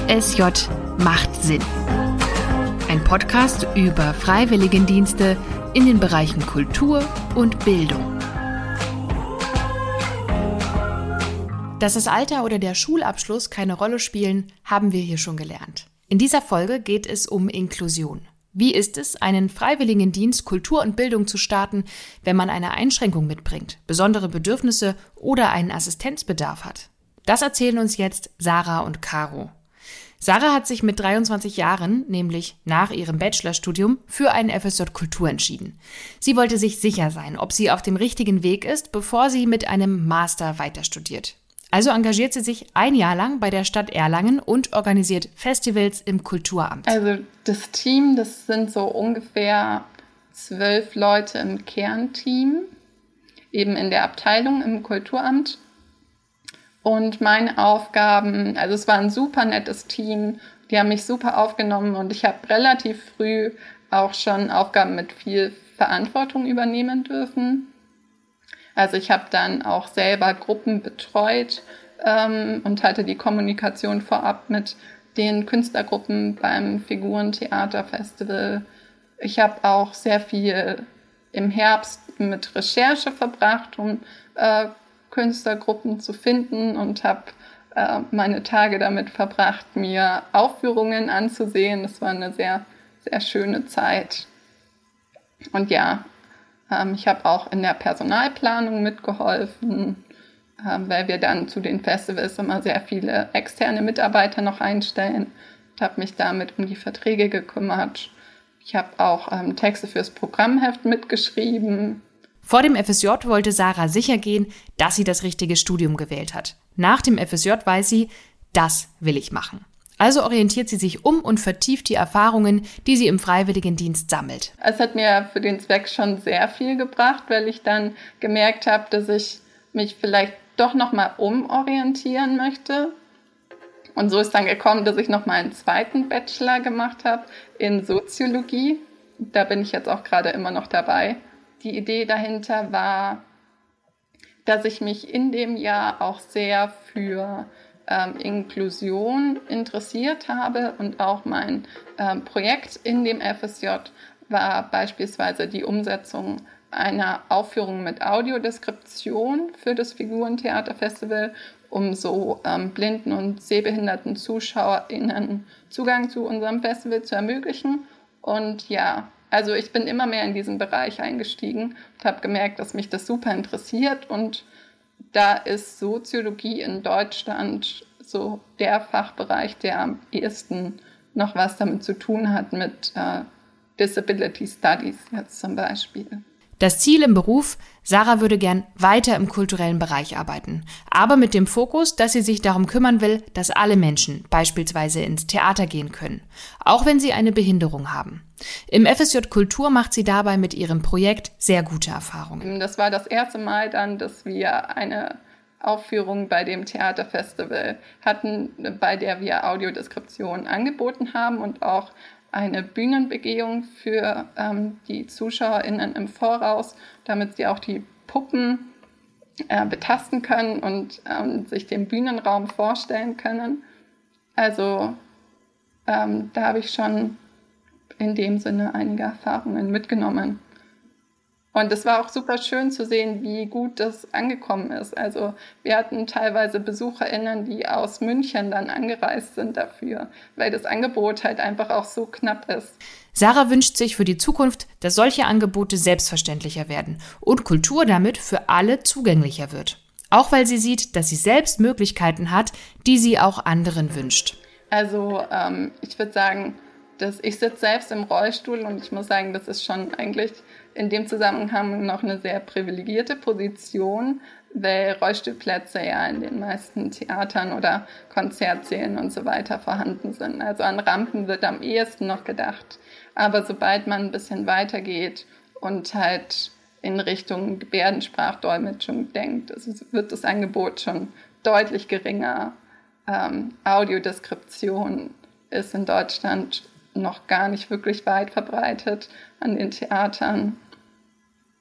FSJ macht Sinn. Ein Podcast über Freiwilligendienste in den Bereichen Kultur und Bildung. Dass das Alter oder der Schulabschluss keine Rolle spielen, haben wir hier schon gelernt. In dieser Folge geht es um Inklusion. Wie ist es, einen Freiwilligendienst Kultur und Bildung zu starten, wenn man eine Einschränkung mitbringt, besondere Bedürfnisse oder einen Assistenzbedarf hat? Das erzählen uns jetzt Sarah und Caro. Sarah hat sich mit 23 Jahren, nämlich nach ihrem Bachelorstudium, für einen FSJ Kultur entschieden. Sie wollte sich sicher sein, ob sie auf dem richtigen Weg ist, bevor sie mit einem Master weiter studiert. Also engagiert sie sich ein Jahr lang bei der Stadt Erlangen und organisiert Festivals im Kulturamt. Also das Team, das sind so ungefähr 12 Leute im Kernteam, eben in der Abteilung im Kulturamt. Und meine Aufgaben, also es war ein super nettes Team, die haben mich super aufgenommen und ich habe relativ früh auch schon Aufgaben mit viel Verantwortung übernehmen dürfen. Also ich habe dann auch selber Gruppen betreut und hatte die Kommunikation vorab mit den Künstlergruppen beim Figurentheaterfestival. Ich habe auch sehr viel im Herbst mit Recherche verbracht, um Künstlergruppen zu finden und habe meine Tage damit verbracht, mir Aufführungen anzusehen. Das war eine sehr, sehr schöne Zeit. Und ja, ich habe auch in der Personalplanung mitgeholfen, weil wir dann zu den Festivals immer sehr viele externe Mitarbeiter noch einstellen. Ich habe mich damit um die Verträge gekümmert. Ich habe auch Texte fürs Programmheft mitgeschrieben. Vor dem FSJ wollte Sarah sicher gehen, dass sie das richtige Studium gewählt hat. Nach dem FSJ weiß sie, das will ich machen. Also orientiert sie sich um und vertieft die Erfahrungen, die sie im Freiwilligendienst sammelt. Es hat mir für den Zweck schon sehr viel gebracht, weil ich dann gemerkt habe, dass ich mich vielleicht doch nochmal umorientieren möchte. Und so ist dann gekommen, dass ich nochmal einen zweiten Bachelor gemacht habe in Soziologie. Da bin ich jetzt auch gerade immer noch dabei. Die Idee dahinter war, dass ich mich in dem Jahr auch sehr für Inklusion interessiert habe und auch mein Projekt in dem FSJ war beispielsweise die Umsetzung einer Aufführung mit Audiodeskription für das Figurentheaterfestival, um so blinden und sehbehinderten ZuschauerInnen Zugang zu unserem Festival zu ermöglichen. Und ja, also ich bin immer mehr in diesen Bereich eingestiegen und habe gemerkt, dass mich das super interessiert. Und da ist Soziologie in Deutschland so der Fachbereich, der am ehesten noch was damit zu tun hat mit Disability Studies jetzt zum Beispiel. Das Ziel im Beruf: Sarah würde gern weiter im kulturellen Bereich arbeiten, aber mit dem Fokus, dass sie sich darum kümmern will, dass alle Menschen beispielsweise ins Theater gehen können, auch wenn sie eine Behinderung haben. Im FSJ Kultur macht sie dabei mit ihrem Projekt sehr gute Erfahrungen. Das war das erste Mal dann, dass wir eine Aufführung bei dem Theaterfestival hatten, bei der wir Audiodeskription angeboten haben und auch eine Bühnenbegehung für die ZuschauerInnen im Voraus, damit sie auch die Puppen betasten können und sich den Bühnenraum vorstellen können. Also da habe ich schon in dem Sinne einige Erfahrungen mitgenommen. Und es war auch super schön zu sehen, wie gut das angekommen ist. Also wir hatten teilweise BesucherInnen, die aus München dann angereist sind dafür, weil das Angebot halt einfach auch so knapp ist. Sarah wünscht sich für die Zukunft, dass solche Angebote selbstverständlicher werden und Kultur damit für alle zugänglicher wird. Auch weil sie sieht, dass sie selbst Möglichkeiten hat, die sie auch anderen wünscht. Also ich würde sagen, ich sitze selbst im Rollstuhl und ich muss sagen, das ist schon eigentlich in dem Zusammenhang noch eine sehr privilegierte Position, weil Rollstuhlplätze ja in den meisten Theatern oder Konzertsälen und so weiter vorhanden sind. Also an Rampen wird am ehesten noch gedacht. Aber sobald man ein bisschen weitergeht und halt in Richtung Gebärdensprachdolmetschung denkt, also wird das Angebot schon deutlich geringer. Audiodeskription ist in Deutschland noch gar nicht wirklich weit verbreitet an den Theatern.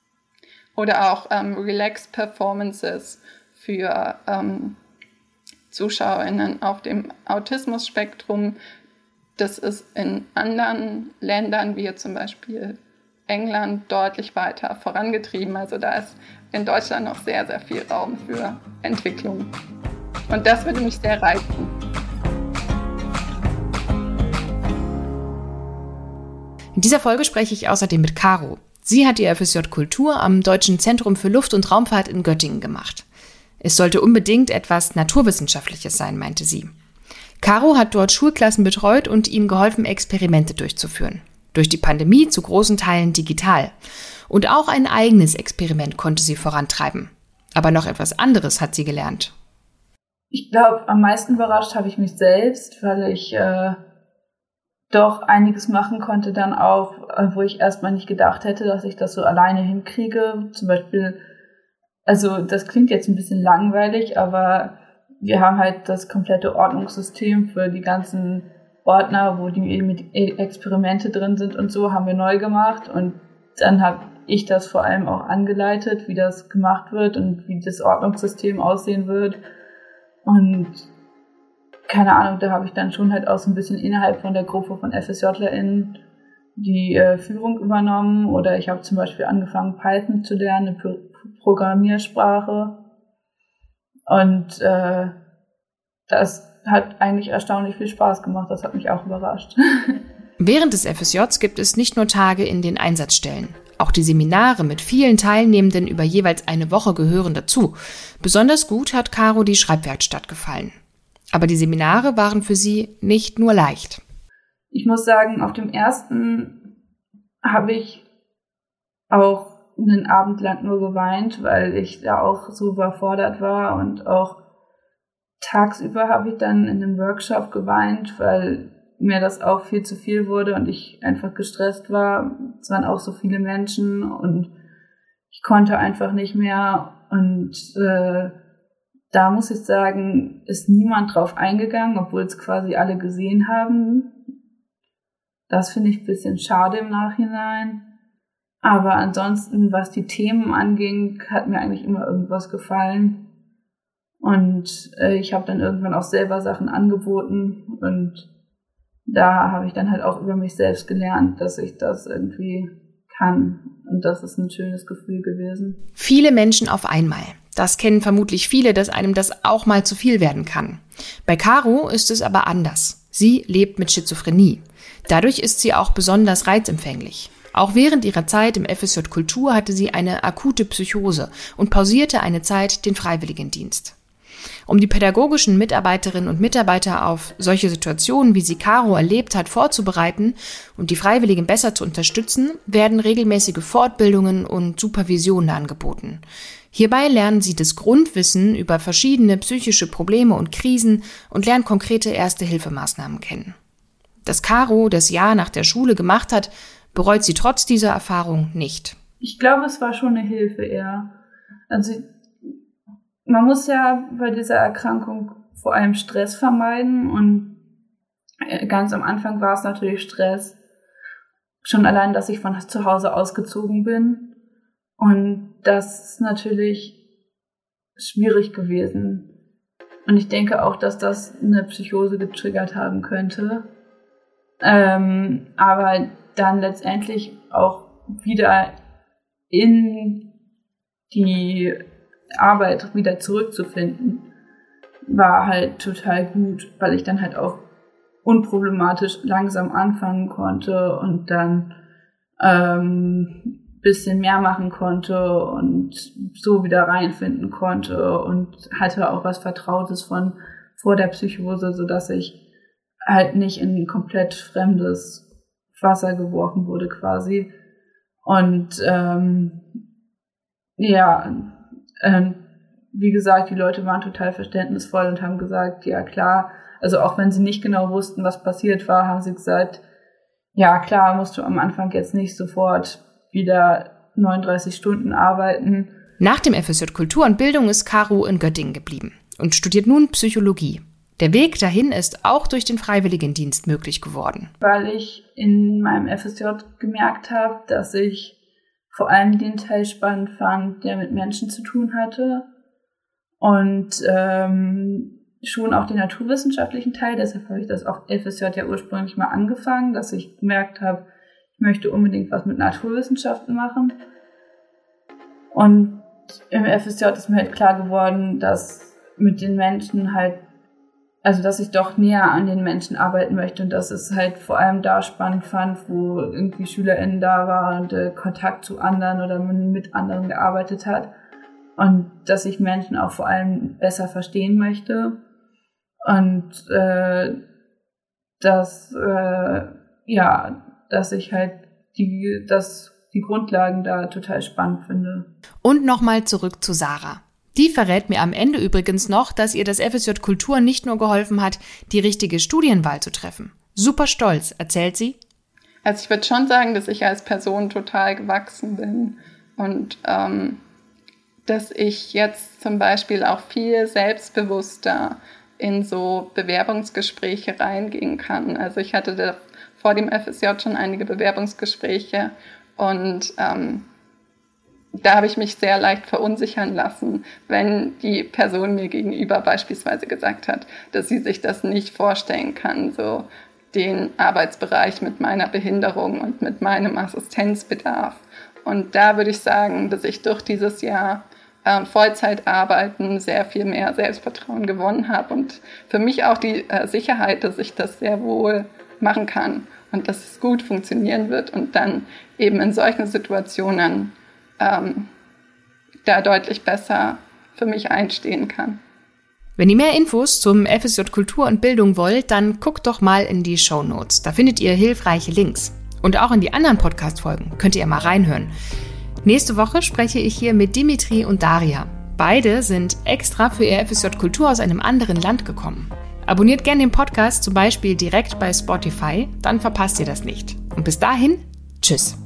Oder auch Relaxed Performances für ZuschauerInnen auf dem Autismus-Spektrum. Das ist in anderen Ländern, wie zum Beispiel England, deutlich weiter vorangetrieben. Also da ist in Deutschland noch sehr, sehr viel Raum für Entwicklung. Und das würde mich sehr reizen. In dieser Folge spreche ich außerdem mit Caro. Sie hat ihr FSJ Kultur am Deutschen Zentrum für Luft- und Raumfahrt in Göttingen gemacht. Es sollte unbedingt etwas Naturwissenschaftliches sein, meinte sie. Caro hat dort Schulklassen betreut und ihnen geholfen, Experimente durchzuführen. Durch die Pandemie zu großen Teilen digital. Und auch ein eigenes Experiment konnte sie vorantreiben. Aber noch etwas anderes hat sie gelernt. Ich glaube, am meisten überrascht habe ich mich selbst, weil ich doch einiges machen konnte dann auch, wo ich erstmal nicht gedacht hätte, dass ich das so alleine hinkriege. Zum Beispiel, also das klingt jetzt ein bisschen langweilig, aber wir haben halt das komplette Ordnungssystem für die ganzen Ordner, wo die Experimente drin sind und so, haben wir neu gemacht. Und dann habe ich das vor allem auch angeleitet, wie das gemacht wird und wie das Ordnungssystem aussehen wird. Und keine Ahnung, da habe ich dann schon halt auch so ein bisschen innerhalb von der Gruppe von FSJlerInnen die Führung übernommen. Oder ich habe zum Beispiel angefangen, Python zu lernen, eine Programmiersprache. Und das hat eigentlich erstaunlich viel Spaß gemacht. Das hat mich auch überrascht. Während des FSJs gibt es nicht nur Tage in den Einsatzstellen. Auch die Seminare mit vielen Teilnehmenden über jeweils eine Woche gehören dazu. Besonders gut hat Caro die Schreibwerkstatt gefallen. Aber die Seminare waren für sie nicht nur leicht. Ich muss sagen, auf dem ersten habe ich auch einen Abend lang nur geweint, weil ich da auch so überfordert war. Und auch tagsüber habe ich dann in einem Workshop geweint, weil mir das auch viel zu viel wurde und ich einfach gestresst war. Es waren auch so viele Menschen und ich konnte einfach nicht mehr. Und da muss ich sagen, ist niemand drauf eingegangen, obwohl es quasi alle gesehen haben. Das finde ich ein bisschen schade im Nachhinein. Aber ansonsten, was die Themen anging, hat mir eigentlich immer irgendwas gefallen. Und ich habe dann irgendwann auch selber Sachen angeboten. Und da habe ich dann halt auch über mich selbst gelernt, dass ich das irgendwie kann. Und das ist ein schönes Gefühl gewesen. Viele Menschen auf einmal. Das kennen vermutlich viele, dass einem das auch mal zu viel werden kann. Bei Caro ist es aber anders. Sie lebt mit Schizophrenie. Dadurch ist sie auch besonders reizempfänglich. Auch während ihrer Zeit im FSJ Kultur hatte sie eine akute Psychose und pausierte eine Zeit den Freiwilligendienst. Um die pädagogischen Mitarbeiterinnen und Mitarbeiter auf solche Situationen, wie sie Caro erlebt hat, vorzubereiten und die Freiwilligen besser zu unterstützen, werden regelmäßige Fortbildungen und Supervisionen angeboten. Hierbei lernen sie das Grundwissen über verschiedene psychische Probleme und Krisen und lernen konkrete Erste-Hilfemaßnahmen kennen. Dass Caro das Jahr nach der Schule gemacht hat, bereut sie trotz dieser Erfahrung nicht. Ich glaube, es war schon eine Hilfe eher. Also man muss ja bei dieser Erkrankung vor allem Stress vermeiden und ganz am Anfang war es natürlich Stress. Schon allein, dass ich von zu Hause ausgezogen bin. Und das ist natürlich schwierig gewesen. Und ich denke auch, dass das eine Psychose getriggert haben könnte. Aber dann letztendlich auch wieder in die Arbeit wieder zurückzufinden, war halt total gut, weil ich dann halt auch unproblematisch langsam anfangen konnte und dann bisschen mehr machen konnte und so wieder reinfinden konnte und hatte auch was Vertrautes von vor der Psychose, sodass ich halt nicht in komplett fremdes Wasser geworfen wurde quasi. Und wie gesagt, die Leute waren total verständnisvoll und haben gesagt, ja klar, also auch wenn sie nicht genau wussten, was passiert war, haben sie gesagt, ja klar, musst du am Anfang jetzt nicht sofort wieder 39 Stunden arbeiten. Nach dem FSJ Kultur und Bildung ist Caro in Göttingen geblieben und studiert nun Psychologie. Der Weg dahin ist auch durch den Freiwilligendienst möglich geworden. Weil ich in meinem FSJ gemerkt habe, dass ich vor allem den Teil spannend fand, der mit Menschen zu tun hatte. Und schon auch den naturwissenschaftlichen Teil. Deshalb habe ich das auf FSJ ja ursprünglich mal angefangen, dass ich gemerkt habe, ich möchte unbedingt was mit Naturwissenschaften machen. Und im FSJ ist mir halt klar geworden, dass mit den Menschen halt, also dass ich doch näher an den Menschen arbeiten möchte und dass es halt vor allem da spannend fand, wo irgendwie SchülerInnen da waren und Kontakt zu anderen oder man mit anderen gearbeitet hat. Und dass ich Menschen auch vor allem besser verstehen möchte. Und dass ich halt die Grundlagen da total spannend finde. Und nochmal zurück zu Sarah. Die verrät mir am Ende übrigens noch, dass ihr das FSJ Kultur nicht nur geholfen hat, die richtige Studienwahl zu treffen. Super stolz, erzählt sie. Also ich würde schon sagen, dass ich als Person total gewachsen bin und dass ich jetzt zum Beispiel auch viel selbstbewusster in so Bewerbungsgespräche reingehen kann. Also ich hatte vor dem FSJ schon einige Bewerbungsgespräche und da habe ich mich sehr leicht verunsichern lassen, wenn die Person mir gegenüber beispielsweise gesagt hat, dass sie sich das nicht vorstellen kann, so den Arbeitsbereich mit meiner Behinderung und mit meinem Assistenzbedarf. Und da würde ich sagen, dass ich durch dieses Jahr Vollzeitarbeiten sehr viel mehr Selbstvertrauen gewonnen habe und für mich auch die Sicherheit, dass ich das sehr wohl machen kann und dass es gut funktionieren wird und dann eben in solchen Situationen da deutlich besser für mich einstehen kann. Wenn ihr mehr Infos zum FSJ Kultur und Bildung wollt, dann guckt doch mal in die Shownotes. Da findet ihr hilfreiche Links. Und auch in die anderen Podcast-Folgen könnt ihr mal reinhören. Nächste Woche spreche ich hier mit Dimitri und Daria. Beide sind extra für ihr FSJ Kultur aus einem anderen Land gekommen. Abonniert gerne den Podcast, zum Beispiel direkt bei Spotify, dann verpasst ihr das nicht. Und bis dahin, tschüss.